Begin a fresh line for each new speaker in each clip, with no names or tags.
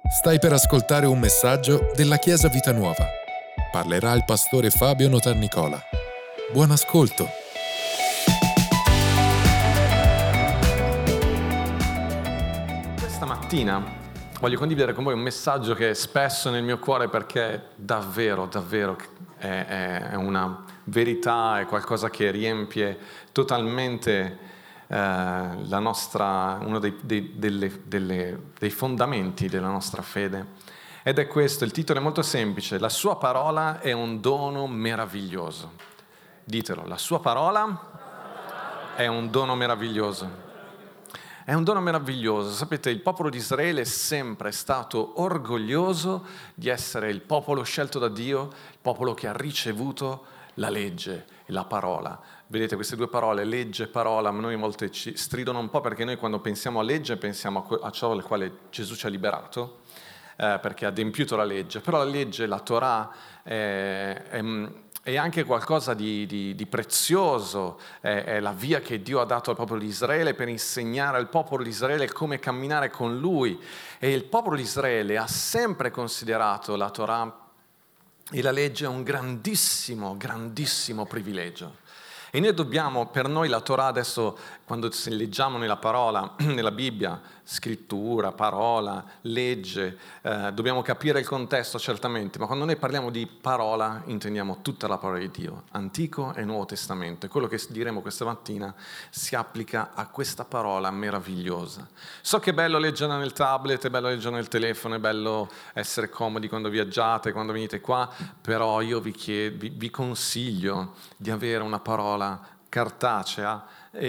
Stai per ascoltare un messaggio della Chiesa Vita Nuova. Parlerà il pastore Fabio Notarnicola. Buon ascolto.
Questa mattina voglio condividere con voi un messaggio che è spesso nel mio cuore perché davvero è una verità, è qualcosa che riempie totalmente la nostra, uno dei fondamenti della nostra fede. Ed è questo, il titolo è molto semplice: la sua parola è un dono meraviglioso. Ditelo, la sua parola è un dono meraviglioso. È un dono meraviglioso. Sapete, il popolo di Israele è sempre stato orgoglioso di essere il popolo scelto da Dio, il popolo che ha ricevuto la legge e la parola. Vedete queste due parole, legge e parola, noi a volte ci stridono un po' perché noi quando pensiamo a legge pensiamo a ciò al quale Gesù ci ha liberato, perché ha adempiuto la legge. Però la legge, la Torah, è anche qualcosa di prezioso, è la via che Dio ha dato al popolo di Israele per insegnare al popolo di Israele come camminare con Lui. E il popolo di Israele ha sempre considerato la Torah e la legge un grandissimo privilegio. E noi dobbiamo, per noi la Torah adesso, quando leggiamo nella parola, nella Bibbia, scrittura, parola, legge, dobbiamo capire il contesto certamente, ma quando noi parliamo di parola intendiamo tutta la parola di Dio, Antico e Nuovo Testamento. E quello che diremo questa mattina si applica a questa parola meravigliosa. So che è bello leggerla nel tablet, è bello leggerla nel telefono, è bello essere comodi quando viaggiate, quando venite qua, però io vi consiglio di avere una parola cartacea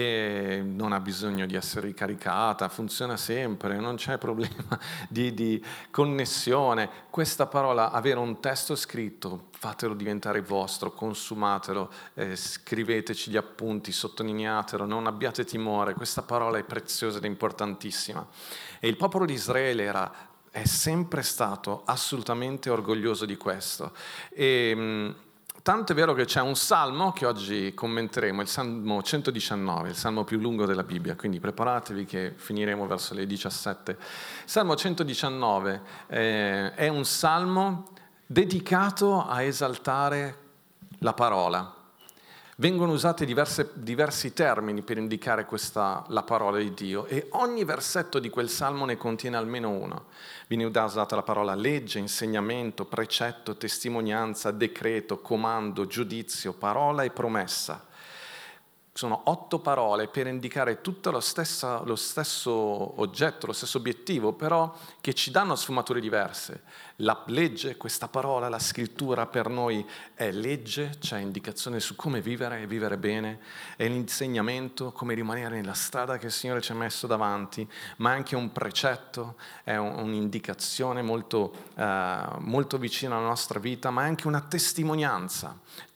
e non ha bisogno di essere ricaricata, funziona sempre, non c'è problema di connessione. Questa parola, avere un testo scritto, fatelo diventare vostro, consumatelo, scriveteci gli appunti, sottolineatelo, non abbiate timore, questa parola è preziosa ed importantissima. E il popolo di Israele è sempre stato assolutamente orgoglioso di questo. Tanto è vero che c'è un salmo che oggi commenteremo, il Salmo 119, il salmo più lungo della Bibbia, quindi preparatevi che finiremo verso le 17. Salmo 119 è un salmo dedicato a esaltare la parola. Vengono usati diversi termini per indicare la parola di Dio e ogni versetto di quel salmo ne contiene almeno uno. Viene usata la parola legge, insegnamento, precetto, testimonianza, decreto, comando, giudizio, parola e promessa. Sono 8 parole per indicare tutto lo stesso oggetto, lo stesso obiettivo, però che ci danno sfumature diverse. La legge, questa parola, la scrittura per noi è legge, c'è indicazione su come vivere e vivere bene, è l'insegnamento, come rimanere nella strada che il Signore ci ha messo davanti, ma anche un precetto, è un'indicazione molto vicina alla nostra vita, ma è anche una testimonianza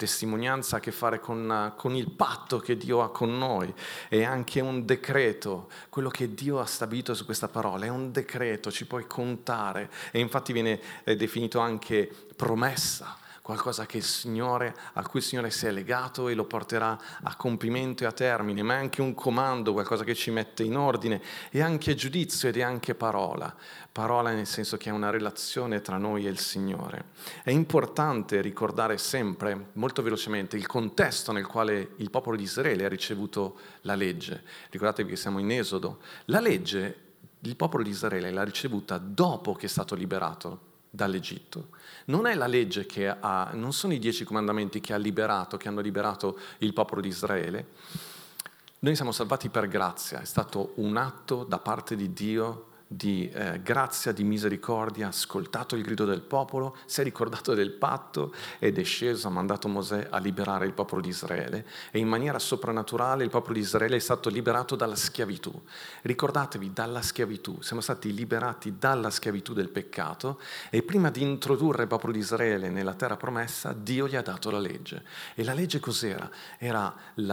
a che fare con il patto che Dio ha con noi, è anche un decreto, quello che Dio ha stabilito su questa parola, è un decreto, ci puoi contare, e infatti viene definito anche promessa, qualcosa a cui il Signore si è legato e lo porterà a compimento e a termine, ma è anche un comando, qualcosa che ci mette in ordine, e anche giudizio ed è anche parola nel senso che è una relazione tra noi e il Signore. È importante ricordare sempre, molto velocemente, il contesto nel quale il popolo di Israele ha ricevuto la legge. Ricordatevi che siamo in Esodo. La legge, il popolo di Israele l'ha ricevuta dopo che è stato liberato dall'Egitto. Non è la legge non sono i 10 comandamenti che hanno liberato il popolo di Israele. Noi siamo salvati per grazia, è stato un atto da parte di Dio di grazia, di misericordia, ha ascoltato il grido del popolo, si è ricordato del patto ed è sceso, ha mandato Mosè a liberare il popolo di Israele e in maniera soprannaturale il popolo di Israele è stato liberato dalla schiavitù. Ricordatevi, dalla schiavitù, siamo stati liberati dalla schiavitù del peccato e prima di introdurre il popolo di Israele nella terra promessa Dio gli ha dato la legge. E la legge cos'era? Era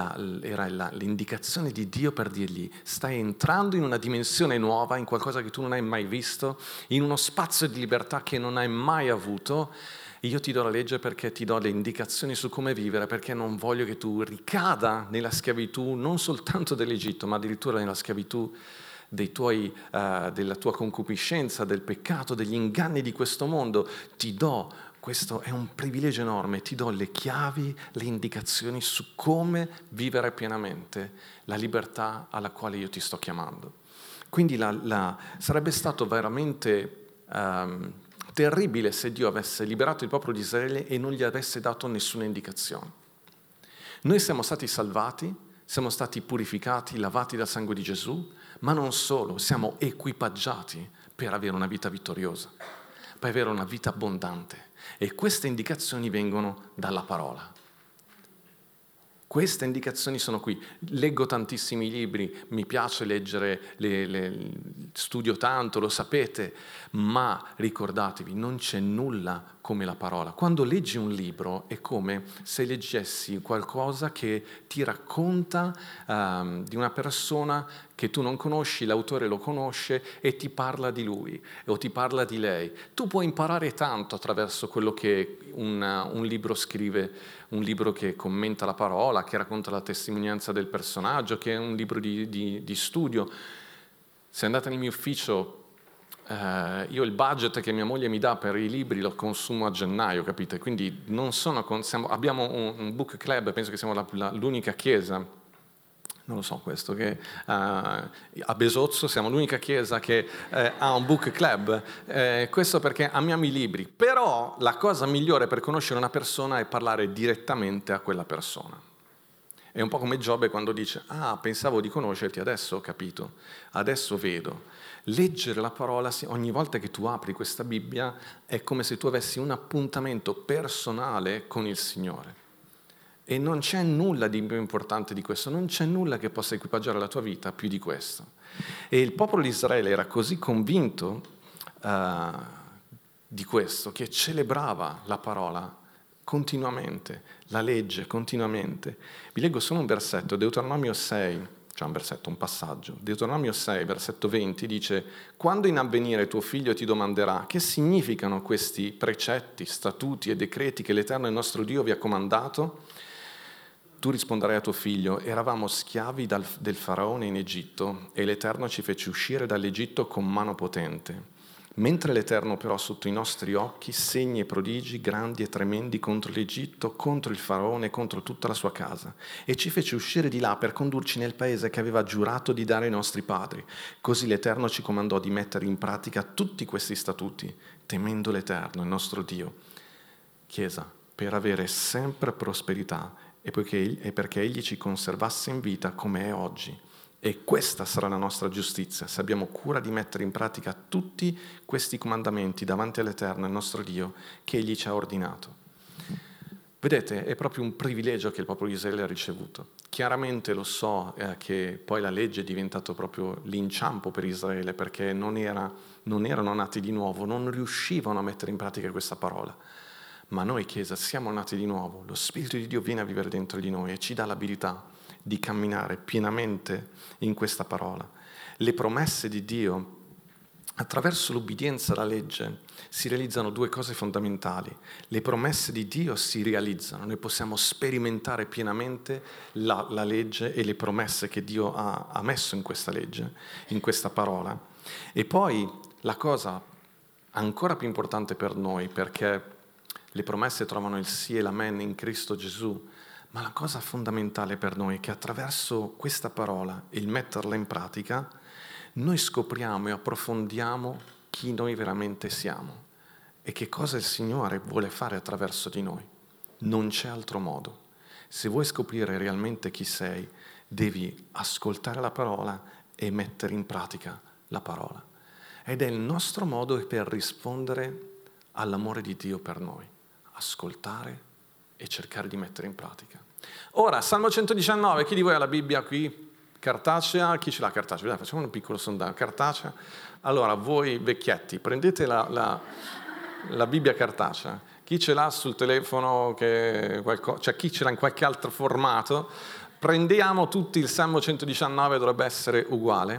l'indicazione di Dio per dirgli: stai entrando in una dimensione nuova, in qualcosa che tu non hai mai visto, in uno spazio di libertà che non hai mai avuto. Io ti do la legge perché ti do le indicazioni su come vivere, perché non voglio che tu ricada nella schiavitù non soltanto dell'Egitto, ma addirittura nella schiavitù della tua concupiscenza, del peccato, degli inganni di questo mondo. Ti do, questo è un privilegio enorme, ti do le chiavi, le indicazioni su come vivere pienamente la libertà alla quale io ti sto chiamando. Quindi sarebbe stato veramente terribile se Dio avesse liberato il popolo di Israele e non gli avesse dato nessuna indicazione. Noi siamo stati salvati, siamo stati purificati, lavati dal sangue di Gesù, ma non solo, siamo equipaggiati per avere una vita vittoriosa, per avere una vita abbondante. E queste indicazioni vengono dalla parola. Queste indicazioni sono qui. Leggo tantissimi libri, mi piace leggere, studio tanto, lo sapete, ma ricordatevi, non c'è nulla come la parola. Quando leggi un libro è come se leggessi qualcosa che ti racconta di una persona che tu non conosci, l'autore lo conosce e ti parla di lui o ti parla di lei. Tu puoi imparare tanto attraverso quello che un libro scrive, un libro che commenta la parola, che racconta la testimonianza del personaggio, che è un libro di studio. Se andate nel mio ufficio, io il budget che mia moglie mi dà per i libri lo consumo a gennaio, capite? Quindi abbiamo un book club, penso che siamo l'unica chiesa, non lo so questo, che a Besozzo siamo l'unica chiesa che ha un book club, questo perché amiamo i libri, però la cosa migliore per conoscere una persona è parlare direttamente a quella persona. È un po' come Giobbe quando dice, pensavo di conoscerti, adesso ho capito, adesso vedo. Leggere la parola, ogni volta che tu apri questa Bibbia, è come se tu avessi un appuntamento personale con il Signore. E non c'è nulla di più importante di questo, non c'è nulla che possa equipaggiare la tua vita più di questo. E il popolo di Israele era così convinto di questo, che celebrava la parola continuamente, la legge continuamente. Vi leggo solo un versetto, Deuteronomio 6, cioè un passaggio. Deuteronomio 6, versetto 20, dice: «Quando in avvenire tuo figlio ti domanderà che significano questi precetti, statuti e decreti che l'Eterno il nostro Dio vi ha comandato, tu risponderai a tuo figlio: eravamo schiavi del faraone in Egitto e l'Eterno ci fece uscire dall'Egitto con mano potente. Mentre l'Eterno operò sotto i nostri occhi segni e prodigi grandi e tremendi contro l'Egitto, contro il faraone e contro tutta la sua casa, e ci fece uscire di là per condurci nel paese che aveva giurato di dare ai nostri padri. Così l'Eterno ci comandò di mettere in pratica tutti questi statuti, temendo l'Eterno, il nostro Dio». Chiesa, per avere sempre prosperità e perché Egli ci conservasse in vita come è oggi. E questa sarà la nostra giustizia, se abbiamo cura di mettere in pratica tutti questi comandamenti davanti all'Eterno, il nostro Dio, che Egli ci ha ordinato. Vedete, è proprio un privilegio che il popolo di Israele ha ricevuto. Chiaramente lo so che poi la legge è diventato proprio l'inciampo per Israele, perché non erano nati di nuovo, non riuscivano a mettere in pratica questa parola. Ma noi, Chiesa, siamo nati di nuovo, lo Spirito di Dio viene a vivere dentro di noi e ci dà l'abilità di camminare pienamente in questa parola. Le promesse di Dio, attraverso l'obbedienza alla legge, si realizzano due cose fondamentali. Le promesse di Dio si realizzano, noi possiamo sperimentare pienamente la legge e le promesse che Dio ha messo in questa legge, in questa parola. E poi la cosa ancora più importante per noi, perché le promesse trovano il sì e l'amen in Cristo Gesù, ma la cosa fondamentale per noi è che attraverso questa parola e il metterla in pratica, noi scopriamo e approfondiamo chi noi veramente siamo e che cosa il Signore vuole fare attraverso di noi. Non c'è altro modo. Se vuoi scoprire realmente chi sei, devi ascoltare la parola e mettere in pratica la parola. Ed è il nostro modo per rispondere all'amore di Dio per noi. Ascoltare e cercare di mettere in pratica. Ora, Salmo 119, chi di voi ha la Bibbia qui? Cartacea? Chi ce l'ha cartacea? Dai, facciamo un piccolo sondaggio. Cartacea? Allora, voi vecchietti, prendete la Bibbia cartacea. Chi ce l'ha sul telefono, cioè chi ce l'ha in qualche altro formato? Prendiamo tutti il Salmo 119, dovrebbe essere uguale,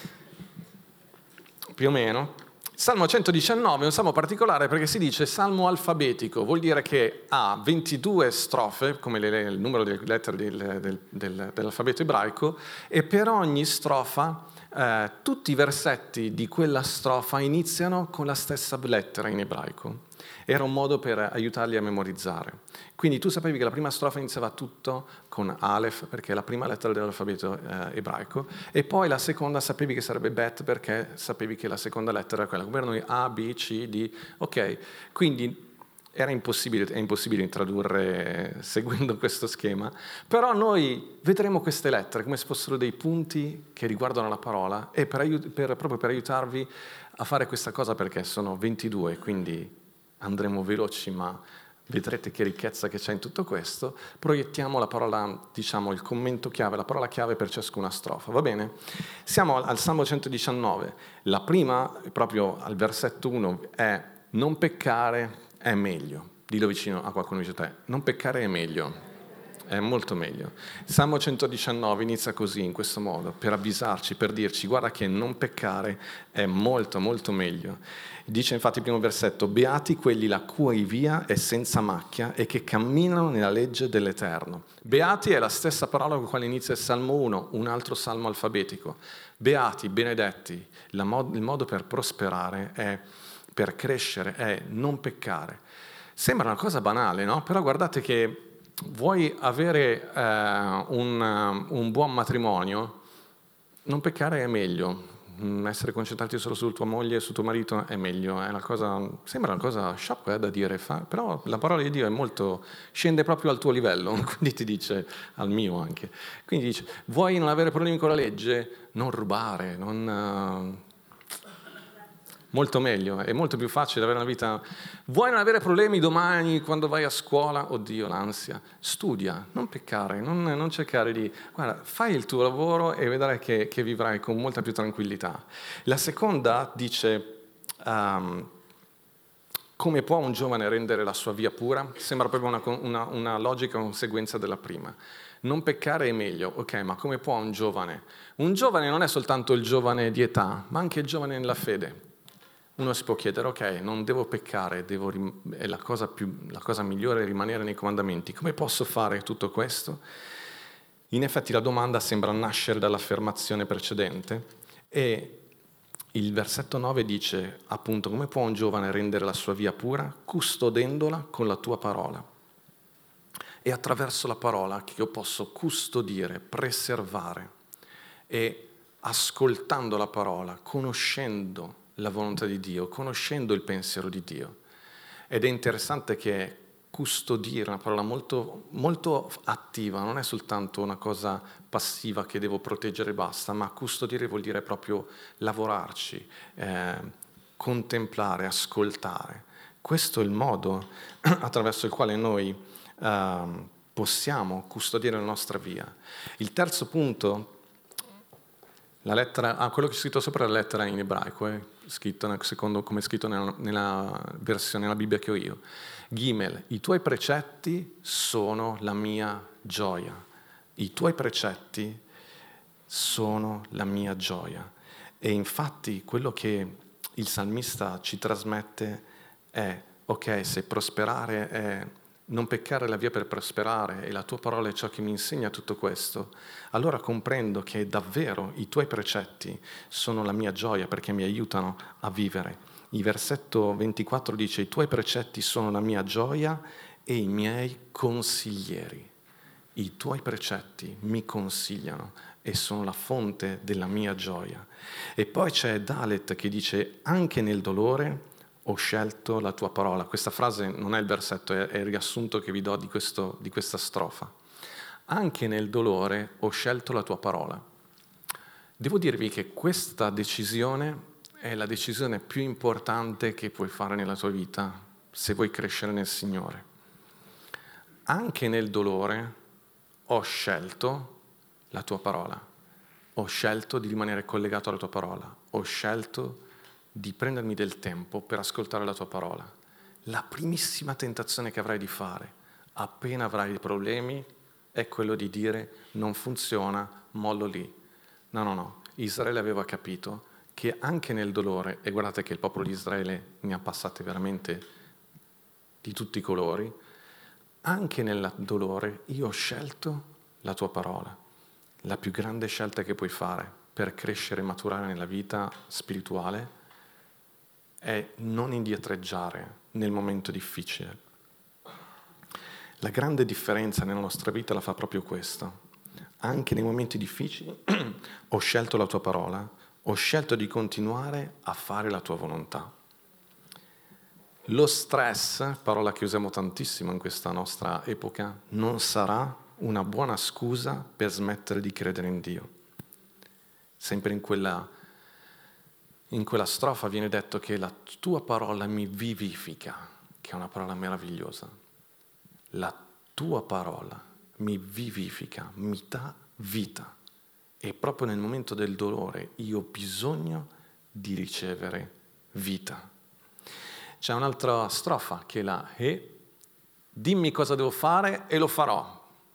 più o meno. Salmo 119 è un salmo particolare perché si dice salmo alfabetico, vuol dire che ha 22 strofe, come il numero delle lettere dell'alfabeto ebraico, e per ogni strofa tutti i versetti di quella strofa iniziano con la stessa lettera in ebraico. Era un modo per aiutarli a memorizzare. Quindi tu sapevi che la prima strofa iniziava tutto con Aleph, perché è la prima lettera dell'alfabeto ebraico, e poi la seconda sapevi che sarebbe Bet, perché sapevi che la seconda lettera era quella. Come erano A, B, C, D, ok. Quindi è impossibile tradurre seguendo questo schema, però noi vedremo queste lettere come se fossero dei punti che riguardano la parola, e proprio per aiutarvi a fare questa cosa, perché sono 22, quindi andremo veloci, ma vedrete che ricchezza che c'è in tutto questo. Proiettiamo la parola, diciamo, il commento chiave, la parola chiave per ciascuna strofa, va bene? Siamo al Salmo 119. La prima, proprio al versetto 1, è non peccare è meglio. Dillo vicino a qualcuno vicino a te. Non peccare è meglio. È molto meglio. Salmo 119 inizia così, in questo modo, per avvisarci, per dirci, guarda che non peccare è molto, molto meglio. Dice infatti il primo versetto, beati quelli la cui via è senza macchia e che camminano nella legge dell'Eterno. Beati è la stessa parola con la quale inizia il Salmo 1, un altro salmo alfabetico. Beati, benedetti, il modo per prosperare è per crescere, è non peccare. Sembra una cosa banale, no? Però guardate che vuoi avere un buon matrimonio, non peccare è meglio. Essere concentrati solo su tua moglie e su tuo marito è meglio. Sembra una cosa sciocca da dire, però la parola di Dio è molto, scende proprio al tuo livello, quindi ti dice, al mio anche. Quindi dice, vuoi non avere problemi con la legge? Non rubare, molto meglio, è molto più facile avere una vita. Vuoi non avere problemi domani quando vai a scuola? Oddio, l'ansia. Studia, non peccare, non cercare di... Guarda, fai il tuo lavoro e vedrai che vivrai con molta più tranquillità. La seconda dice, come può un giovane rendere la sua via pura? Sembra proprio una logica conseguenza della prima. Non peccare è meglio, ok, ma come può un giovane? Un giovane non è soltanto il giovane di età, ma anche il giovane nella fede. Uno si può chiedere, ok, non devo peccare, è la cosa migliore è rimanere nei comandamenti. Come posso fare tutto questo? In effetti la domanda sembra nascere dall'affermazione precedente e il versetto 9 dice appunto come può un giovane rendere la sua via pura? Custodendola con la tua parola. È attraverso la parola che io posso custodire, preservare e ascoltando la parola, conoscendo la volontà di Dio, conoscendo il pensiero di Dio. Ed è interessante che custodire è una parola molto, molto attiva, non è soltanto una cosa passiva che devo proteggere e basta, ma custodire vuol dire proprio lavorarci, contemplare, ascoltare. Questo è il modo attraverso il quale noi possiamo custodire la nostra via. Il terzo punto, la lettera, quello che è scritto sopra la lettera in ebraico, scritto secondo come è scritto nella versione, nella Bibbia che ho io. Gimel, i tuoi precetti sono la mia gioia. I tuoi precetti sono la mia gioia. E infatti quello che il salmista ci trasmette è, ok, se prosperare è non peccare la via per prosperare e la tua parola è ciò che mi insegna tutto questo, allora comprendo che davvero i tuoi precetti sono la mia gioia perché mi aiutano a vivere. Il versetto 24 dice: i tuoi precetti sono la mia gioia e i miei consiglieri. I tuoi precetti mi consigliano e sono la fonte della mia gioia. E poi c'è Dalet che dice: anche nel dolore ho scelto la tua parola. Questa frase non è il versetto, è il riassunto che vi do di questa strofa. Anche nel dolore ho scelto la tua parola. Devo dirvi che questa decisione è la decisione più importante che puoi fare nella tua vita se vuoi crescere nel Signore. Anche nel dolore ho scelto la tua parola. Ho scelto di rimanere collegato alla tua parola. Ho scelto di prendermi del tempo per ascoltare la tua parola. La primissima tentazione che avrai di fare, appena avrai dei problemi, è quello di dire non funziona, mollo lì. No. Israele aveva capito che anche nel dolore, e guardate che il popolo di Israele ne ha passate veramente di tutti i colori, anche nel dolore io ho scelto la tua parola, la più grande scelta che puoi fare per crescere e maturare nella vita spirituale è non indietreggiare nel momento difficile. La grande differenza nella nostra vita la fa proprio questo. Anche nei momenti difficili ho scelto la tua parola, ho scelto di continuare a fare la tua volontà. Lo stress, parola che usiamo tantissimo in questa nostra epoca, non sarà una buona scusa per smettere di credere in Dio. Sempre in quella strofa viene detto che la tua parola mi vivifica, che è una parola meravigliosa. La tua parola mi vivifica, mi dà vita. E proprio nel momento del dolore io ho bisogno di ricevere vita. C'è un'altra strofa che è la dimmi cosa devo fare e lo farò.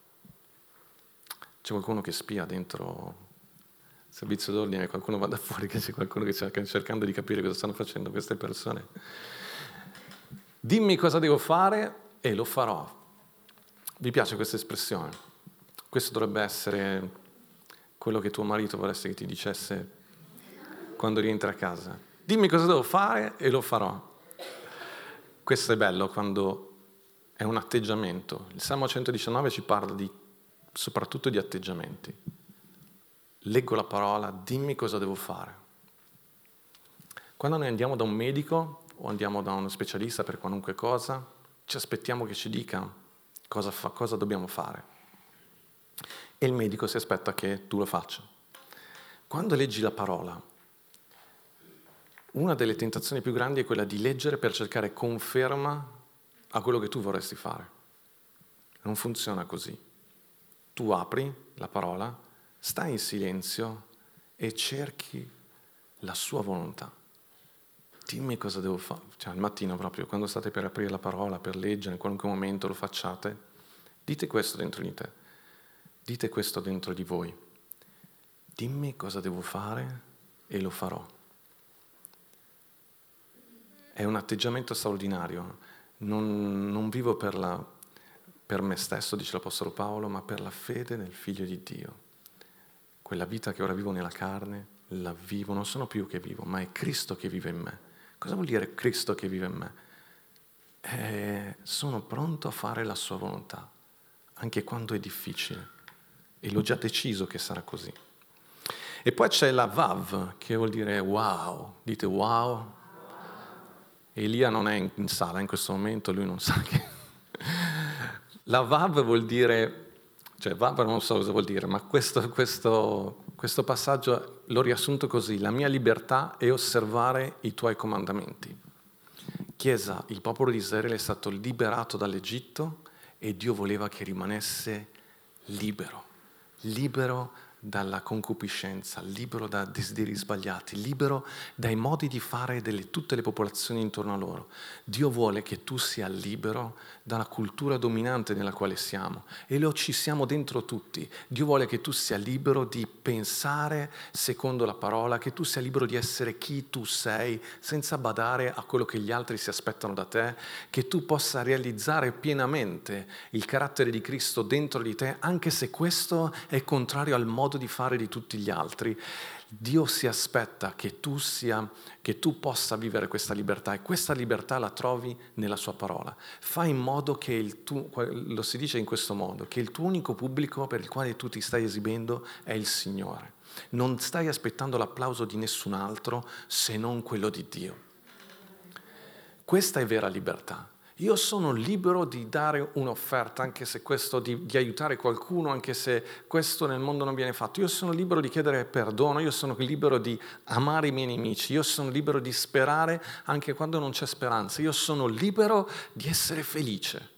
C'è qualcuno che spia dentro il servizio d'ordine, qualcuno va da fuori, che c'è qualcuno che sta cercando di capire cosa stanno facendo queste persone. Dimmi cosa devo fare e lo farò. Vi piace questa espressione? Questo dovrebbe essere quello che tuo marito vorresti che ti dicesse quando rientra a casa. Dimmi cosa devo fare e lo farò. Questo è bello quando è un atteggiamento. Il Salmo 119 ci parla soprattutto di atteggiamenti. Leggo la parola, dimmi cosa devo fare. Quando noi andiamo da un medico o andiamo da uno specialista per qualunque cosa, ci aspettiamo che ci dica cosa dobbiamo fare. E il medico si aspetta che tu lo faccia. Quando leggi la parola, una delle tentazioni più grandi è quella di leggere per cercare conferma a quello che tu vorresti fare. Non funziona così. Tu apri la parola, stai in silenzio e cerchi la sua volontà. Dimmi cosa devo fare. Cioè, al mattino proprio, quando state per aprire la parola, per leggere, in qualunque momento lo facciate, dite questo dentro di te. Dite questo dentro di voi. Dimmi cosa devo fare e lo farò. È un atteggiamento straordinario. Non vivo per me stesso, dice l'Apostolo Paolo, ma per la fede nel Figlio di Dio. Quella vita che ora vivo nella carne, la vivo, non sono più io che vivo, ma è Cristo che vive in me. Cosa vuol dire Cristo che vive in me? Sono pronto a fare la sua volontà, anche quando è difficile. E l'ho già deciso che sarà così. E poi c'è la Vav, che vuol dire wow. Dite wow. Elia non è in sala in questo momento, lui non sa che... La Vav vuol dire, cioè Vav non so cosa vuol dire, ma questo passaggio l'ho riassunto così: la mia libertà è osservare i tuoi comandamenti. Chiesa, il popolo di Israele è stato liberato dall'Egitto e Dio voleva che rimanesse libero dalla concupiscenza, libero da desideri sbagliati, libero dai modi di fare di tutte le popolazioni intorno a loro. Dio vuole che tu sia libero dalla cultura dominante nella quale siamo, e lo ci siamo dentro tutti. Dio vuole che tu sia libero di pensare secondo la parola, che tu sia libero di essere chi tu sei, senza badare a quello che gli altri si aspettano da te, che tu possa realizzare pienamente il carattere di Cristo dentro di te, anche se questo è contrario al modo di fare di tutti gli altri. Dio si aspetta che tu possa vivere questa libertà, e questa libertà la trovi nella sua parola. Fai in modo che lo si dice in questo modo, che il tuo unico pubblico per il quale tu ti stai esibendo è il Signore. Non stai aspettando l'applauso di nessun altro se non quello di Dio. Questa è vera libertà. Io sono libero di dare un'offerta, anche se questo di aiutare qualcuno, anche se questo nel mondo non viene fatto. Io sono libero di chiedere perdono, io sono libero di amare i miei nemici, io sono libero di sperare anche quando non c'è speranza, io sono libero di essere felice.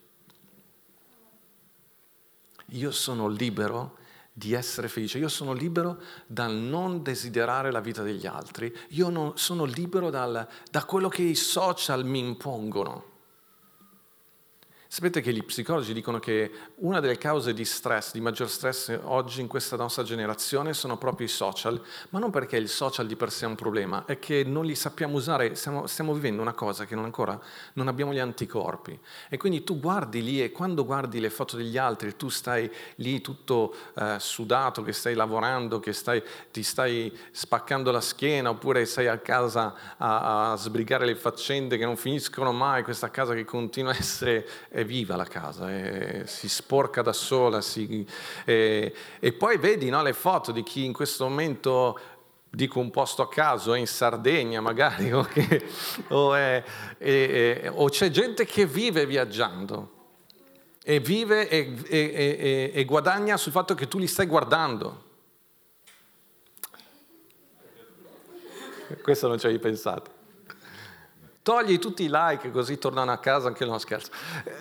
Io sono libero di essere felice, io sono libero dal non desiderare la vita degli altri, sono libero da quello che i social mi impongono. Sapete che gli psicologi dicono che una delle cause di stress, di maggior stress oggi in questa nostra generazione sono proprio i social, ma non perché il social di per sé è un problema, è che non li sappiamo usare, stiamo vivendo una cosa che ancora non abbiamo gli anticorpi. E quindi tu guardi lì e quando guardi le foto degli altri, tu stai lì tutto sudato, che stai lavorando, che ti stai spaccando la schiena, oppure sei a casa a sbrigare le faccende che non finiscono mai, questa casa che continua a essere... è viva la casa, si sporca da sola, e poi vedi, no, le foto di chi in questo momento, dico un posto a caso, è in Sardegna magari, o c'è gente che vive viaggiando e vive e guadagna sul fatto che tu li stai guardando. Questo non ci avevi pensato. Togli tutti i like così tornano a casa, anche no, scherzo.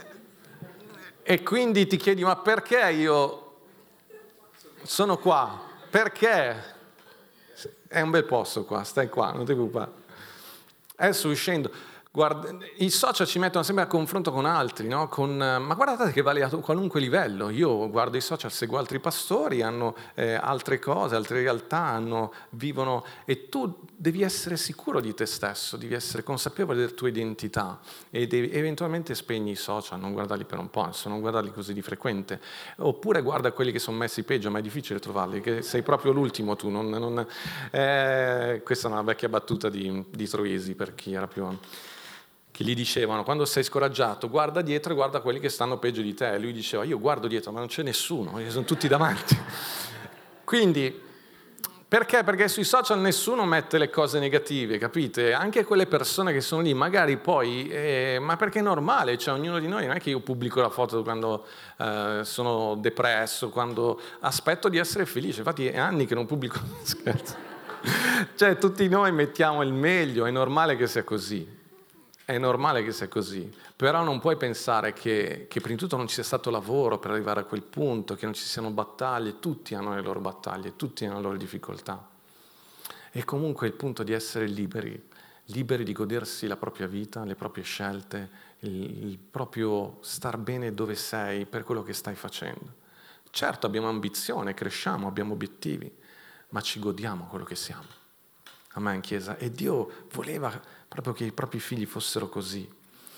E quindi ti chiedi, ma perché io sono qua? Perché? È un bel posto qua, stai qua, non ti preoccupare. Adesso uscendo, guarda, i social ci mettono sempre a confronto con altri, no? Ma guardate che vale a qualunque livello. Io guardo i social, seguo altri pastori, hanno altre cose, altre realtà, vivono, e tu devi essere sicuro di te stesso, devi essere consapevole della tua identità e eventualmente spegni i social, non guardarli per un po', non guardarli così di frequente, oppure guarda quelli che sono messi peggio, ma è difficile trovarli, che sei proprio l'ultimo tu. Questa è una vecchia battuta di Troisi, per chi era più... che gli dicevano, quando sei scoraggiato, guarda dietro e guarda quelli che stanno peggio di te. E lui diceva, io guardo dietro, ma non c'è nessuno, perché sono tutti davanti. Quindi, perché? Perché sui social nessuno mette le cose negative, capite? Anche quelle persone che sono lì, magari poi, ma perché è normale, cioè ognuno di noi, non è che io pubblico la foto quando sono depresso, quando aspetto di essere felice, infatti è anni che non pubblico, scherzo. Cioè tutti noi mettiamo il meglio, è normale che sia così. È normale che sia così, però non puoi pensare che prima di tutto non ci sia stato lavoro per arrivare a quel punto, che non ci siano battaglie, tutti hanno le loro battaglie, tutti hanno le loro difficoltà. E comunque il punto di essere liberi di godersi la propria vita, le proprie scelte, il proprio star bene dove sei per quello che stai facendo. Certo abbiamo ambizione, cresciamo, abbiamo obiettivi, ma ci godiamo quello che siamo. Amen, Chiesa. E Dio voleva proprio che i propri figli fossero così.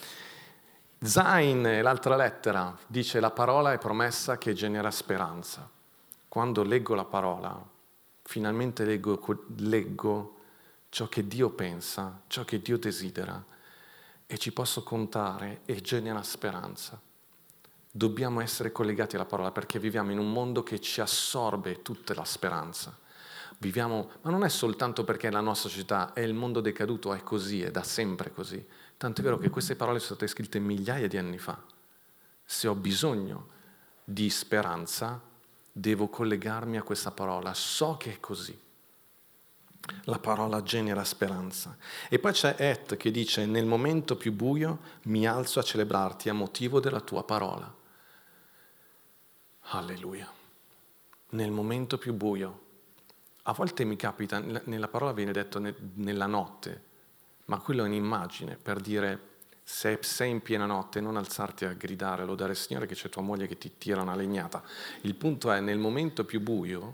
Zain, l'altra lettera, dice: la parola è promessa che genera speranza. Quando leggo la parola, finalmente leggo ciò che Dio pensa, ciò che Dio desidera, e ci posso contare e genera speranza. Dobbiamo essere collegati alla parola perché viviamo in un mondo che ci assorbe tutta la speranza. Viviamo, ma non è soltanto perché la nostra società è il mondo decaduto, è così, è da sempre così. Tanto è vero che queste parole sono state scritte migliaia di anni fa. Se ho bisogno di speranza, devo collegarmi a questa parola. So che è così. La parola genera speranza. E poi c'è Et che dice: nel momento più buio mi alzo a celebrarti a motivo della tua parola. Alleluia. Nel momento più buio. A volte mi capita, nella parola viene detto nella notte, ma quello è un'immagine per dire: se sei in piena notte non alzarti a gridare, lodare il Signore che c'è tua moglie che ti tira una legnata. Il punto è nel momento più buio,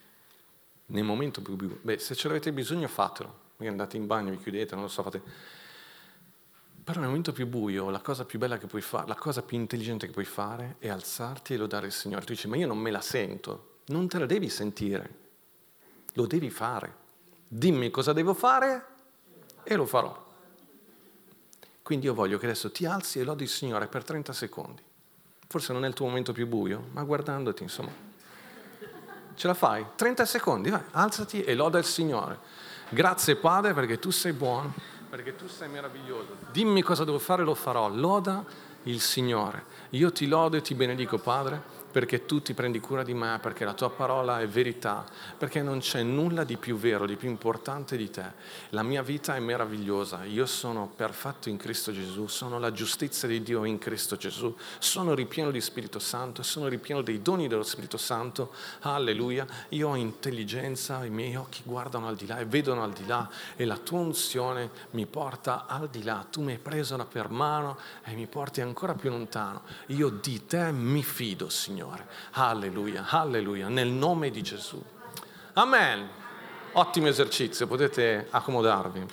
se ce l'avete bisogno fatelo, andate in bagno, vi chiudete, non lo so, fate. Però nel momento più buio la cosa più bella che puoi fare, la cosa più intelligente che puoi fare è alzarti e lodare il Signore. Tu dici: ma io non me la sento. Non te la devi sentire. Lo devi fare. Dimmi cosa devo fare e lo farò. Quindi io voglio che adesso ti alzi e lodi il Signore per 30 secondi. Forse non è il tuo momento più buio, ma guardandoti, insomma. Ce la fai? 30 secondi, vai, alzati e loda il Signore. Grazie Padre perché tu sei buono, perché tu sei meraviglioso. Dimmi cosa devo fare e lo farò. Loda il Signore. Io ti lodo e ti benedico, Padre, perché tu ti prendi cura di me, perché la tua parola è verità, perché non c'è nulla di più vero, di più importante di te. La mia vita è meravigliosa, io sono perfetto in Cristo Gesù, sono la giustizia di Dio in Cristo Gesù, sono ripieno di Spirito Santo, sono ripieno dei doni dello Spirito Santo, alleluia, io ho intelligenza, i miei occhi guardano al di là e vedono al di là e la tua unzione mi porta al di là, tu mi hai preso per mano e mi porti ancora più lontano, io di te mi fido, Signore. Alleluia, alleluia, nel nome di Gesù. Amen. Ottimo esercizio, potete accomodarvi.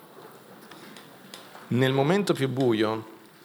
Nel momento più buio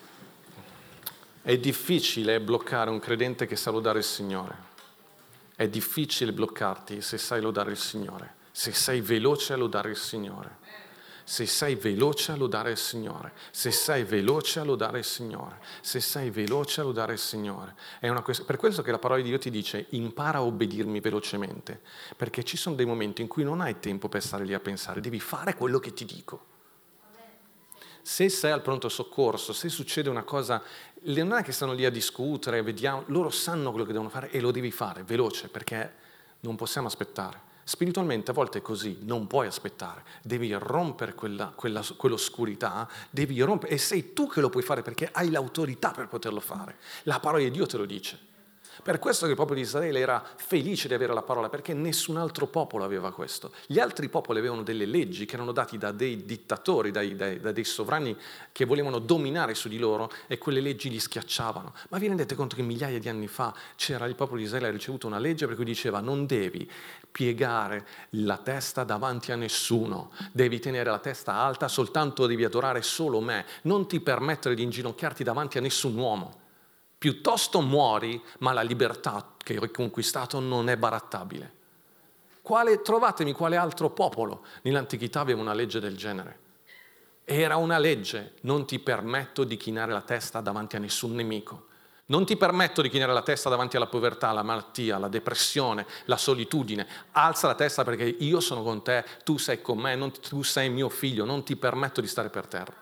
è difficile bloccare un credente che sa lodare il Signore. È difficile bloccarti se sai lodare il Signore, se sei veloce a lodare il Signore. Se sei veloce a lodare il Signore, se sei veloce a lodare il Signore, se sei veloce a lodare il Signore. Per questo che la parola di Dio ti dice impara a obbedirmi velocemente, perché ci sono dei momenti in cui non hai tempo per stare lì a pensare, devi fare quello che ti dico. Se sei al pronto soccorso, se succede una cosa, non è che stanno lì a discutere, vediamo, loro sanno quello che devono fare e lo devi fare veloce, perché non possiamo aspettare. Spiritualmente a volte è così, non puoi aspettare, devi rompere quell'oscurità, devi rompere, e sei tu che lo puoi fare perché hai l'autorità per poterlo fare. La parola di Dio te lo dice. Per questo che il popolo di Israele era felice di avere la parola, perché nessun altro popolo aveva questo. Gli altri popoli avevano delle leggi che erano date da dei dittatori, da dei sovrani che volevano dominare su di loro e quelle leggi li schiacciavano. Ma vi rendete conto che migliaia di anni fa il popolo di Israele ha ricevuto una legge per cui diceva non devi piegare la testa davanti a nessuno, devi tenere la testa alta, soltanto devi adorare solo me, non ti permettere di inginocchiarti davanti a nessun uomo. Piuttosto muori, ma la libertà che hai conquistato non è barattabile. Trovatemi quale altro popolo nell'antichità aveva una legge del genere. Era una legge, non ti permetto di chinare la testa davanti a nessun nemico. Non ti permetto di chinare la testa davanti alla povertà, alla malattia, alla depressione, la solitudine. Alza la testa perché io sono con te, tu sei con me, tu sei mio figlio, non ti permetto di stare per terra.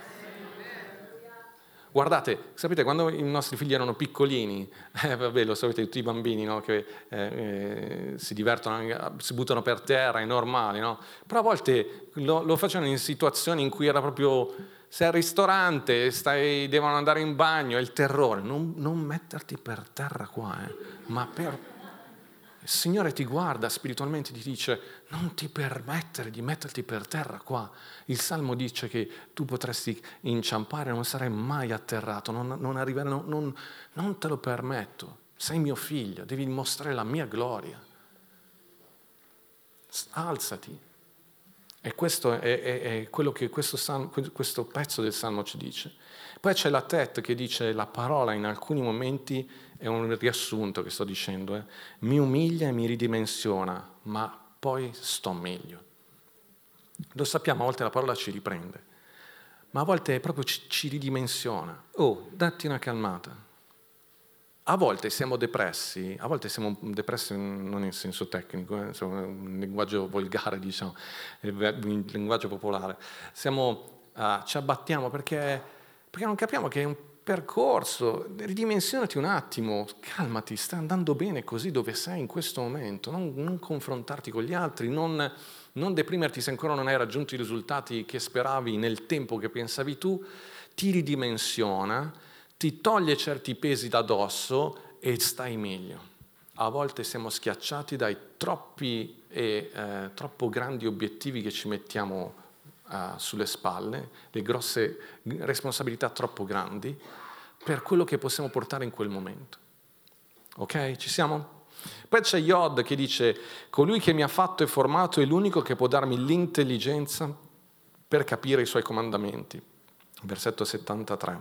Guardate, sapete, quando i nostri figli erano piccolini, lo sapete, tutti i bambini, no, che si divertono, si buttano per terra, è normale, no? Però a volte lo facevano in situazioni in cui era proprio, sei al ristorante, devono andare in bagno, è il terrore. Non metterti per terra qua, ma il Signore ti guarda spiritualmente e ti dice non ti permettere di metterti per terra qua. Il Salmo dice che tu potresti inciampare e non sarai mai atterrato, non te lo permetto. Sei mio figlio, devi dimostrare la mia gloria. Alzati. E questo è quello che questo pezzo del Salmo ci dice. Poi c'è la Tet che dice la parola in alcuni momenti è un riassunto che sto dicendo, mi umilia e mi ridimensiona, ma poi sto meglio. Lo sappiamo, a volte la parola ci riprende, ma a volte proprio ci ridimensiona. Oh, datti una calmata. A volte siamo depressi non in senso tecnico, insomma, un linguaggio volgare, diciamo, un linguaggio popolare. Ci abbattiamo perché non capiamo che è un percorso, ridimensionati un attimo, calmati, sta andando bene così dove sei in questo momento, non confrontarti con gli altri, non deprimerti se ancora non hai raggiunto i risultati che speravi nel tempo che pensavi tu, ti ridimensiona, ti toglie certi pesi da dosso e stai meglio. A volte siamo schiacciati dai troppi e troppo grandi obiettivi che ci mettiamo sulle spalle, le grosse responsabilità troppo grandi per quello che possiamo portare in quel momento. Ok? Ci siamo? Poi c'è Yod che dice colui che mi ha fatto e formato è l'unico che può darmi l'intelligenza per capire i suoi comandamenti. Versetto 73.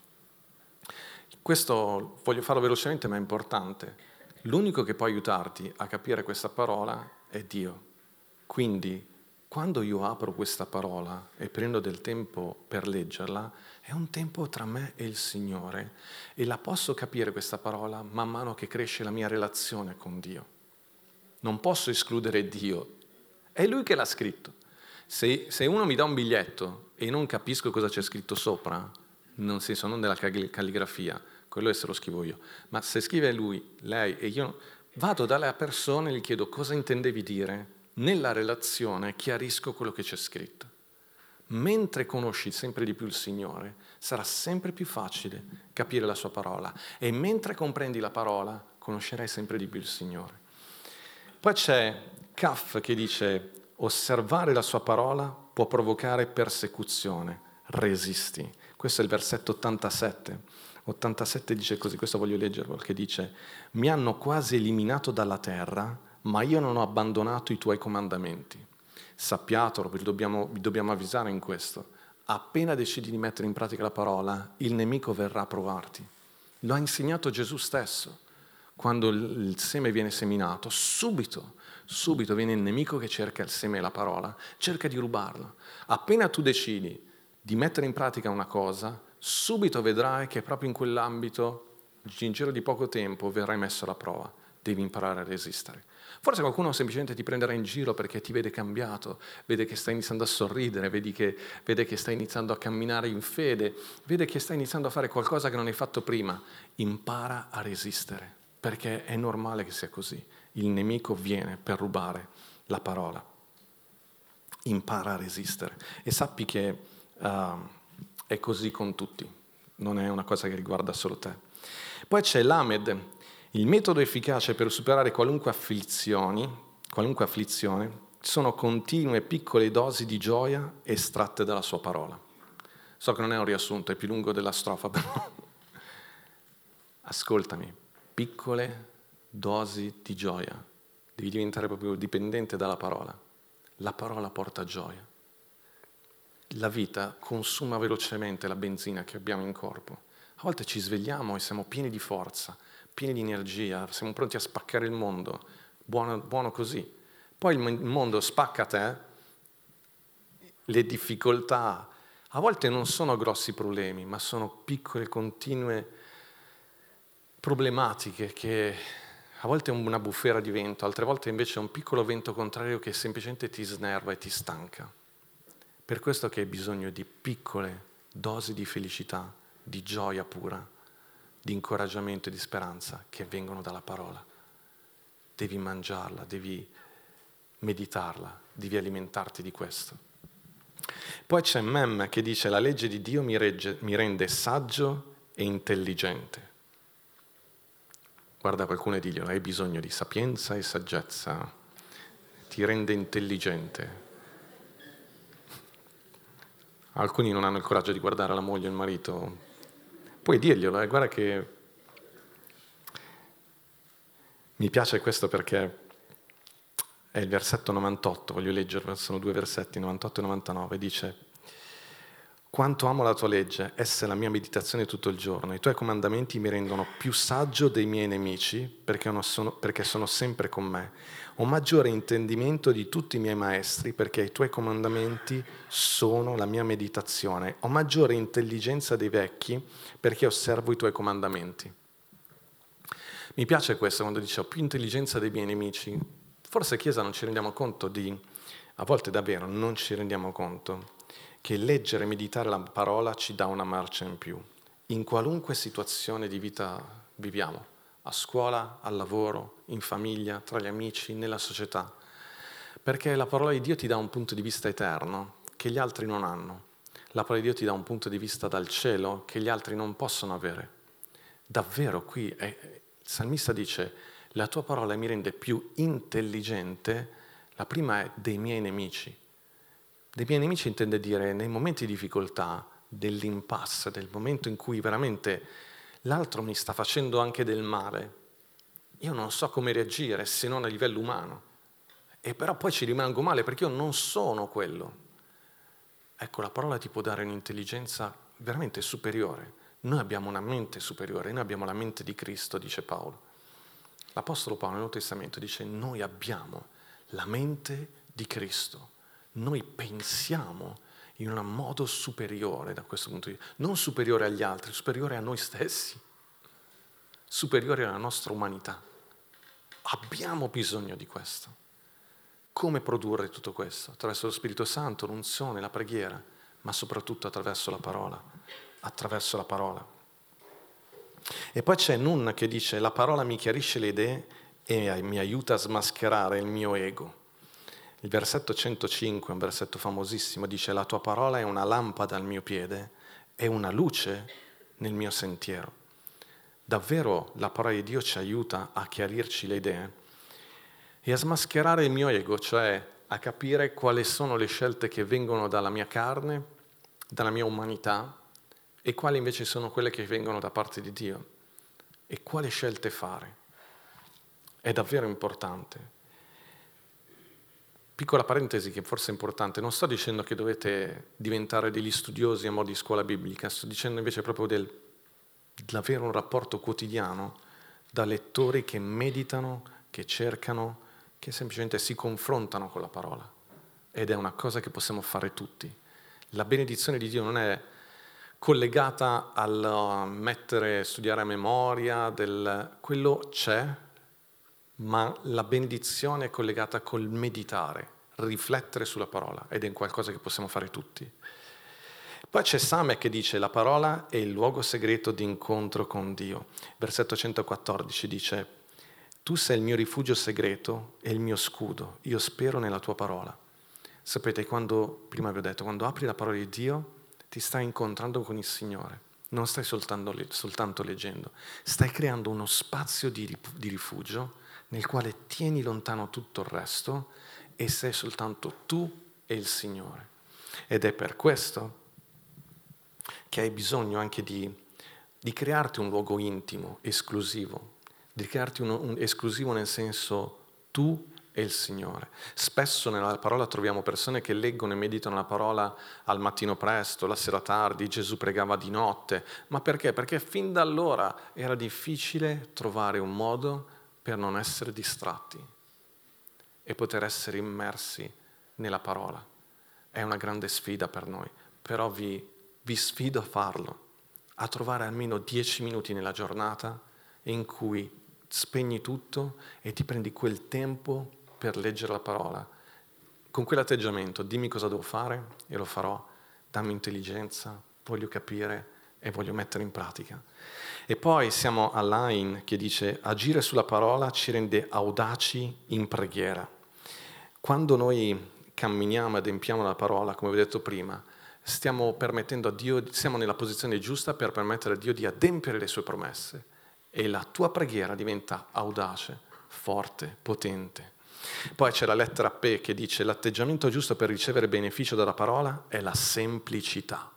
Questo voglio farlo velocemente ma è importante. L'unico che può aiutarti a capire questa parola è Dio. Quindi quando io apro questa parola e prendo del tempo per leggerla, è un tempo tra me e il Signore e la posso capire questa parola man mano che cresce la mia relazione con Dio. Non posso escludere Dio, è Lui che l'ha scritto. Se uno mi dà un biglietto e non capisco cosa c'è scritto sopra, nel senso non della calligrafia, quello se lo scrivo io. Ma se scrive lui, lei e io, vado dalle persone e gli chiedo cosa intendevi dire, nella relazione chiarisco quello che c'è scritto. Mentre conosci sempre di più il Signore, sarà sempre più facile capire la sua parola e mentre comprendi la parola, conoscerai sempre di più il Signore. Poi c'è Kaf che dice: osservare la sua parola può provocare persecuzione, resisti. Questo è il versetto 87. 87 dice così, questo voglio leggerlo, che dice: mi hanno quasi eliminato dalla terra, ma io non ho abbandonato i tuoi comandamenti. Sappiatelo, vi dobbiamo avvisare in questo. Appena decidi di mettere in pratica la parola, il nemico verrà a provarti. Lo ha insegnato Gesù stesso. Quando il seme viene seminato, subito viene il nemico che cerca il seme e la parola, cerca di rubarlo. Appena tu decidi di mettere in pratica una cosa, subito vedrai che proprio in quell'ambito, in giro di poco tempo, verrai messo alla prova. Devi imparare a resistere. Forse qualcuno semplicemente ti prenderà in giro perché ti vede cambiato, vede che stai iniziando a sorridere, vede che stai iniziando a camminare in fede, vede che stai iniziando a fare qualcosa che non hai fatto prima. Impara a resistere, perché è normale che sia così. Il nemico viene per rubare la parola. Impara a resistere. E sappi che è così con tutti, non è una cosa che riguarda solo te. Poi c'è l'Amed. Il metodo efficace per superare qualunque afflizione sono continue piccole dosi di gioia estratte dalla sua parola. So che non è un riassunto, è più lungo della strofa, però ascoltami, piccole dosi di gioia. Devi diventare proprio dipendente dalla parola. La parola porta gioia. La vita consuma velocemente la benzina che abbiamo in corpo. A volte ci svegliamo e siamo pieni di forza, pieni di energia, siamo pronti a spaccare il mondo, buono così. Poi il mondo spacca te, le difficoltà, a volte non sono grossi problemi, ma sono piccole, continue problematiche che a volte è una bufera di vento, altre volte invece è un piccolo vento contrario che semplicemente ti snerva e ti stanca. Per questo che hai bisogno di piccole dosi di felicità, di gioia pura, di incoraggiamento e di speranza che vengono dalla parola. Devi mangiarla, devi meditarla, devi alimentarti di questo. Poi c'è Mem che dice: la legge di Dio mi rende saggio e intelligente. Guarda qualcuno e diglielo: hai bisogno di sapienza e saggezza, ti rende intelligente. Alcuni non hanno il coraggio di guardare la moglie o il marito. Puoi dirglielo, guarda che mi piace questo perché è il versetto 98, voglio leggerlo, sono due versetti, 98 e 99, dice: quanto amo la tua legge, essa è la mia meditazione tutto il giorno, i tuoi comandamenti mi rendono più saggio dei miei nemici perché sono sempre con me, ho maggiore intendimento di tutti i miei maestri perché i tuoi comandamenti sono la mia meditazione, ho maggiore intelligenza dei vecchi perché osservo i tuoi comandamenti. Mi piace questo quando dice: ho più intelligenza dei miei nemici. Forse Chiesa non ci rendiamo conto a volte davvero non ci rendiamo conto che leggere e meditare la parola ci dà una marcia in più. In qualunque situazione di vita viviamo, a scuola, al lavoro, in famiglia, tra gli amici, nella società. Perché la parola di Dio ti dà un punto di vista eterno che gli altri non hanno. La parola di Dio ti dà un punto di vista dal cielo che gli altri non possono avere. Davvero qui il salmista dice: la tua parola mi rende più intelligente. La prima è dei miei nemici. Dei miei nemici intende dire nei momenti di difficoltà, dell'impasse, del momento in cui veramente l'altro mi sta facendo anche del male. Io non so come reagire se non a livello umano. E però poi ci rimango male perché io non sono quello. Ecco, la parola ti può dare un'intelligenza veramente superiore. Noi abbiamo una mente superiore, noi abbiamo la mente di Cristo, dice Paolo. L'Apostolo Paolo nel Nuovo Testamento dice: noi abbiamo la mente di Cristo. Noi pensiamo in un modo superiore da questo punto di vista, non superiore agli altri, superiore a noi stessi, superiore alla nostra umanità. Abbiamo bisogno di questo. Come produrre tutto questo? Attraverso lo Spirito Santo, l'unzione, la preghiera, ma soprattutto attraverso la parola. Attraverso la parola. E poi c'è Nun che dice: la parola mi chiarisce le idee e mi aiuta a smascherare il mio ego. Il versetto 105, un versetto famosissimo, dice: la tua parola è una lampada al mio piede e una luce nel mio sentiero. Davvero la parola di Dio ci aiuta a chiarirci le idee e a smascherare il mio ego, cioè a capire quali sono le scelte che vengono dalla mia carne, dalla mia umanità, e quali invece sono quelle che vengono da parte di Dio, e quale scelte fare. È davvero importante. Piccola parentesi che forse è importante: non sto dicendo che dovete diventare degli studiosi a mo' di scuola biblica, sto dicendo invece proprio dell'avere un rapporto quotidiano da lettori che meditano, che cercano, che semplicemente si confrontano con la parola. Ed è una cosa che possiamo fare tutti. La benedizione di Dio non è collegata al studiare a memoria, quello c'è, ma la benedizione è collegata col meditare, riflettere sulla parola, ed è qualcosa che possiamo fare tutti. Poi c'è Same che dice: la parola è il luogo segreto di incontro con Dio. Versetto 114 dice: tu sei il mio rifugio segreto e il mio scudo, io spero nella tua parola. Sapete, prima vi ho detto, quando apri la parola di Dio ti stai incontrando con il Signore, non stai soltanto leggendo, stai creando uno spazio di rifugio nel quale tieni lontano tutto il resto e sei soltanto tu e il Signore. Ed è per questo che hai bisogno anche di crearti un luogo intimo, esclusivo, di crearti un esclusivo nel senso tu e il Signore. Spesso nella parola troviamo persone che leggono e meditano la parola al mattino presto, la sera tardi, Gesù pregava di notte. Ma perché? Perché fin da allora era difficile trovare un modo per non essere distratti e poter essere immersi nella parola. È una grande sfida per noi, però vi sfido a farlo, a trovare almeno 10 minuti nella giornata in cui spegni tutto e ti prendi quel tempo per leggere la parola. Con quell'atteggiamento: dimmi cosa devo fare e lo farò, dammi intelligenza, voglio capire e voglio mettere in pratica. E poi siamo a Lain che dice: agire sulla parola ci rende audaci in preghiera. Quando noi camminiamo e adempiamo la parola, come vi ho detto prima, stiamo permettendo a Dio, siamo nella posizione giusta per permettere a Dio di adempiere le sue promesse, e la tua preghiera diventa audace, forte, potente. Poi c'è la lettera P che dice: l'atteggiamento giusto per ricevere beneficio dalla parola è la semplicità.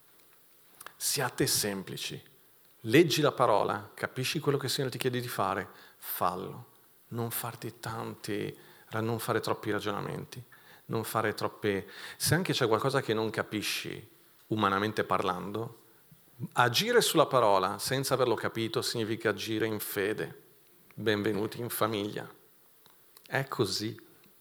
Siate semplici, leggi la parola, capisci quello che il Signore ti chiede di fare, fallo, non fare troppi ragionamenti, non fare troppe... Se anche c'è qualcosa che non capisci umanamente parlando, agire sulla parola senza averlo capito significa agire in fede. Benvenuti in famiglia. È così.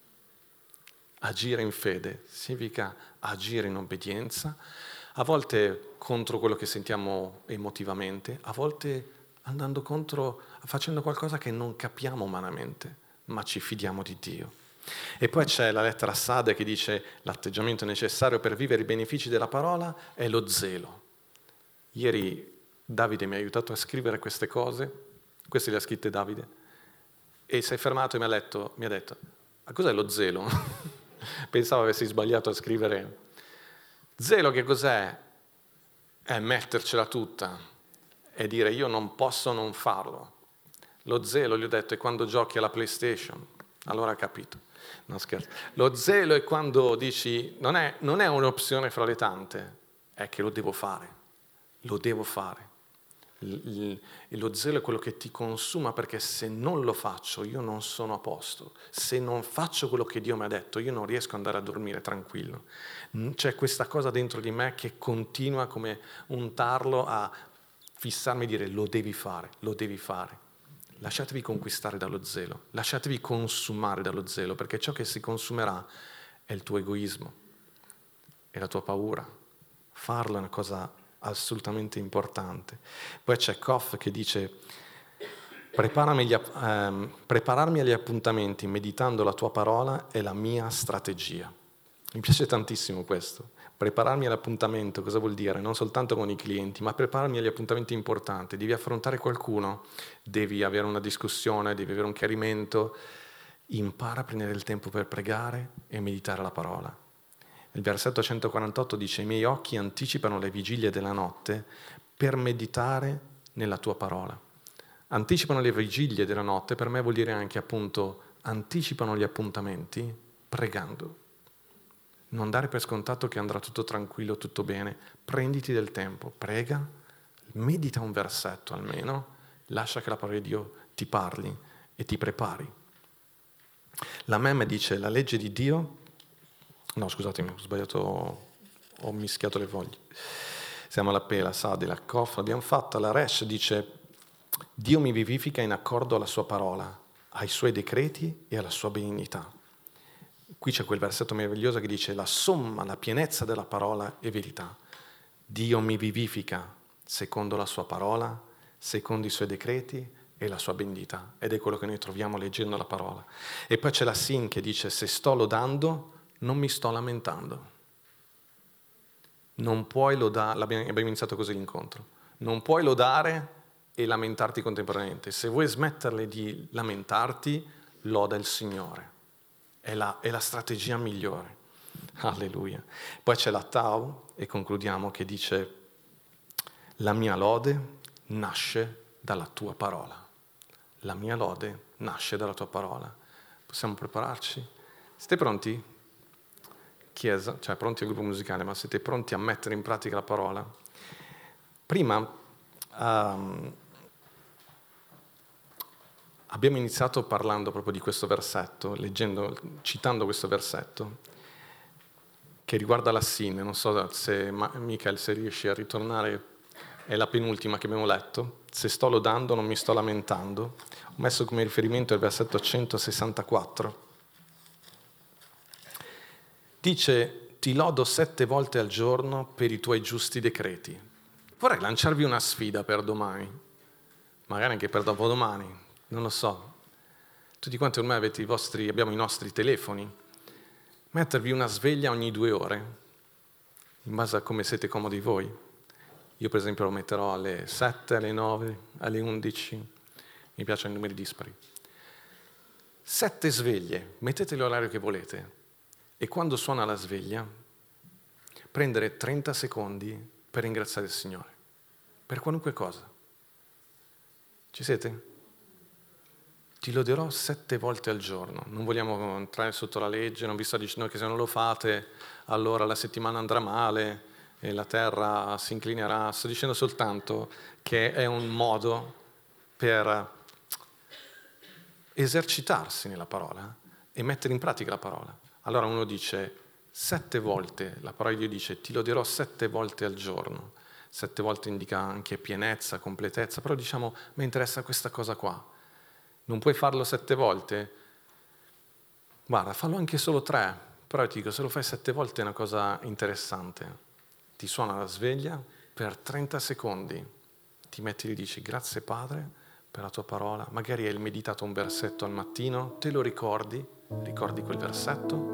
Agire in fede significa agire in obbedienza, a volte contro quello che sentiamo emotivamente, a volte andando contro, facendo qualcosa che non capiamo umanamente, ma ci fidiamo di Dio. E poi c'è la lettera Sade che dice: l'atteggiamento necessario per vivere i benefici della parola è lo zelo. Ieri Davide mi ha aiutato a scrivere queste cose, queste le ha scritte Davide, e si è fermato e mi ha detto: ma cos'è lo zelo? Pensavo avessi sbagliato a scrivere. Zelo che cos'è? È mettercela tutta e dire: io non posso non farlo. Lo zelo, gli ho detto, è quando giochi alla PlayStation. Allora ha capito. No, scherzo. Lo zelo è quando dici: non è un'opzione fra le tante, è che lo devo fare. Lo devo fare. Lo zelo è quello che ti consuma, perché se non lo faccio io non sono a posto. Se non faccio quello che Dio mi ha detto, io non riesco ad andare a dormire tranquillo. C'è questa cosa dentro di me che continua come un tarlo a fissarmi e dire: lo devi fare, lo devi fare. Lasciatevi conquistare dallo zelo, lasciatevi consumare dallo zelo, perché ciò che si consumerà è il tuo egoismo, è la tua paura. Farlo è una cosa assolutamente importante. Poi c'è Koff che dice: prepararmi agli appuntamenti meditando la tua parola è la mia strategia. Mi piace tantissimo questo. Prepararmi all'appuntamento, cosa vuol dire? Non soltanto con i clienti, ma prepararmi agli appuntamenti importanti. Devi affrontare qualcuno, devi avere una discussione, devi avere un chiarimento. Impara a prendere il tempo per pregare e meditare la parola. Il versetto 148 dice: i miei occhi anticipano le vigilie della notte per meditare nella tua parola. Anticipano le vigilie della notte, per me vuol dire anche appunto anticipano gli appuntamenti pregando. Non dare per scontato che andrà tutto tranquillo, tutto bene. Prenditi del tempo, prega, medita un versetto almeno, lascia che la parola di Dio ti parli e ti prepari. La meme dice: la legge di Dio... No, scusatemi, ho sbagliato, ho mischiato le foglie. Siamo alla Pela, Sadi, la Kof, l'abbiamo fatta. La Resh dice: Dio mi vivifica in accordo alla sua parola, ai suoi decreti e alla sua benignità. Qui c'è quel versetto meraviglioso che dice: la somma, la pienezza della parola è verità. Dio mi vivifica secondo la sua parola, secondo i suoi decreti e la sua benignità. Ed è quello che noi troviamo leggendo la parola. E poi c'è la Sin che dice: se sto lodando, non mi sto lamentando. Non puoi lodare, abbiamo iniziato così l'incontro, non puoi lodare e lamentarti contemporaneamente. Se vuoi smetterle di lamentarti, loda il Signore. È la strategia migliore. Alleluia. Poi c'è la Tau, e concludiamo, che dice: la mia lode nasce dalla tua parola. La mia lode nasce dalla tua parola. Possiamo prepararci? Siete pronti? Chiesa, cioè pronti al gruppo musicale, ma siete pronti a mettere in pratica la parola? Prima abbiamo iniziato parlando proprio di questo versetto, citando questo versetto, che riguarda la Sin. Non so se Michael, se riesci a ritornare, è la penultima che abbiamo letto. Se sto lodando, non mi sto lamentando. Ho messo come riferimento il versetto 164. Dice: ti lodo 7 volte al giorno per i tuoi giusti decreti. Vorrei lanciarvi una sfida per domani, magari anche per dopodomani, non lo so. Tutti quanti ormai abbiamo i nostri telefoni. Mettervi una sveglia ogni 2 ore, in base a come siete comodi voi. Io per esempio lo metterò alle 7, alle 9, alle 11, mi piacciono i numeri dispari. 7 sveglie, mettete l'orario che volete. E quando suona la sveglia, prendere 30 secondi per ringraziare il Signore, per qualunque cosa. Ci siete? Ti loderò 7 volte al giorno. Non vogliamo entrare sotto la legge, non vi sto dicendo che se non lo fate, allora la settimana andrà male e la terra si inclinerà. Sto dicendo soltanto che è un modo per esercitarsi nella parola e mettere in pratica la parola. Allora uno dice 7 volte, la parola di Dio dice: ti loderò 7 volte al giorno. 7 volte indica anche pienezza, completezza, però diciamo mi interessa questa cosa qua. Non puoi farlo 7 volte? Guarda, fallo anche solo 3, però ti dico, se lo fai 7 volte è una cosa interessante. Ti suona la sveglia, per 30 secondi ti metti e gli dici: grazie Padre per la tua parola. Magari hai meditato un versetto al mattino, te lo ricordi quel versetto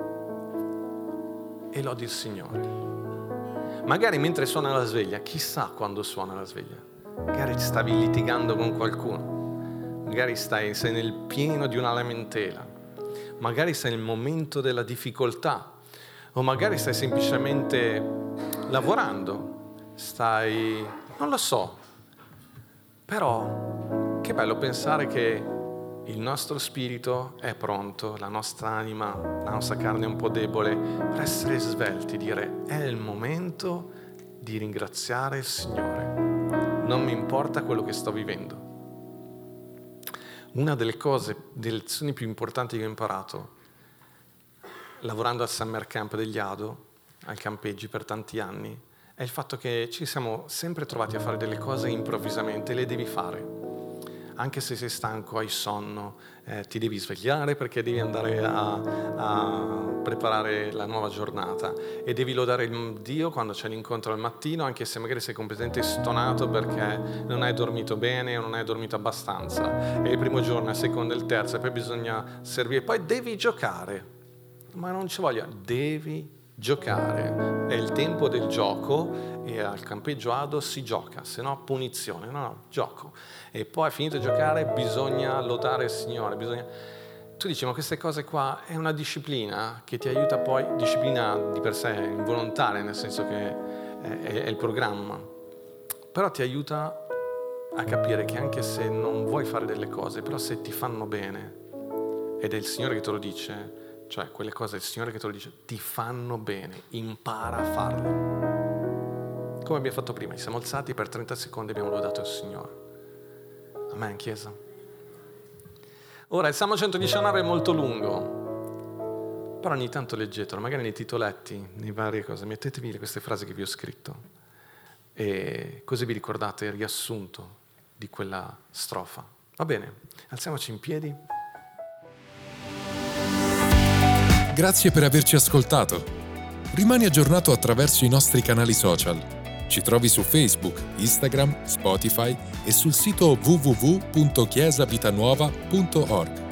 e lodi il Signore. Magari mentre suona la sveglia, chissà quando suona la sveglia, magari stavi litigando con qualcuno, magari sei nel pieno di una lamentela, magari sei nel momento della difficoltà, o magari stai semplicemente lavorando, non lo so, però che bello pensare che il nostro spirito è pronto, la nostra anima, la nostra carne è un po' debole, per essere svelti, dire: è il momento di ringraziare il Signore. Non mi importa quello che sto vivendo. Una delle lezioni più importanti che ho imparato, lavorando al Summer Camp degli Ado, al campeggi per tanti anni, è il fatto che ci siamo sempre trovati a fare delle cose improvvisamente, le devi fare. Anche se sei stanco, hai sonno, ti devi svegliare perché devi andare a preparare la nuova giornata e devi lodare il Dio quando c'è l'incontro al mattino, anche se magari sei completamente stonato perché non hai dormito bene o non hai dormito abbastanza. E il primo giorno, il secondo, il terzo, e poi bisogna servire, poi devi giocare. Ma non ci voglia, devi giocare, è il tempo del gioco e al campeggio Ado si gioca, se no punizione, no, gioco. E poi finito di giocare bisogna lodare il Signore, Tu dici, ma queste cose qua è una disciplina che ti aiuta poi, disciplina di per sé involontaria, nel senso che è il programma, però ti aiuta a capire che anche se non vuoi fare delle cose, però se ti fanno bene, ed è il Signore che te lo dice, cioè quelle cose, il Signore che te lo dice, ti fanno bene, impara a farle. Come abbiamo fatto prima, ci siamo alzati per 30 secondi e abbiamo lodato il Signore. Amen, Chiesa. Ora, il Salmo 119 è molto lungo, però ogni tanto leggetelo, magari nei titoletti, nei varie cose, mettetevi queste frasi che vi ho scritto e così vi ricordate il riassunto di quella strofa. Va bene, alziamoci in piedi.
Grazie per averci ascoltato. Rimani aggiornato attraverso i nostri canali social. Ci trovi su Facebook, Instagram, Spotify e sul sito www.chiesavitanuova.org.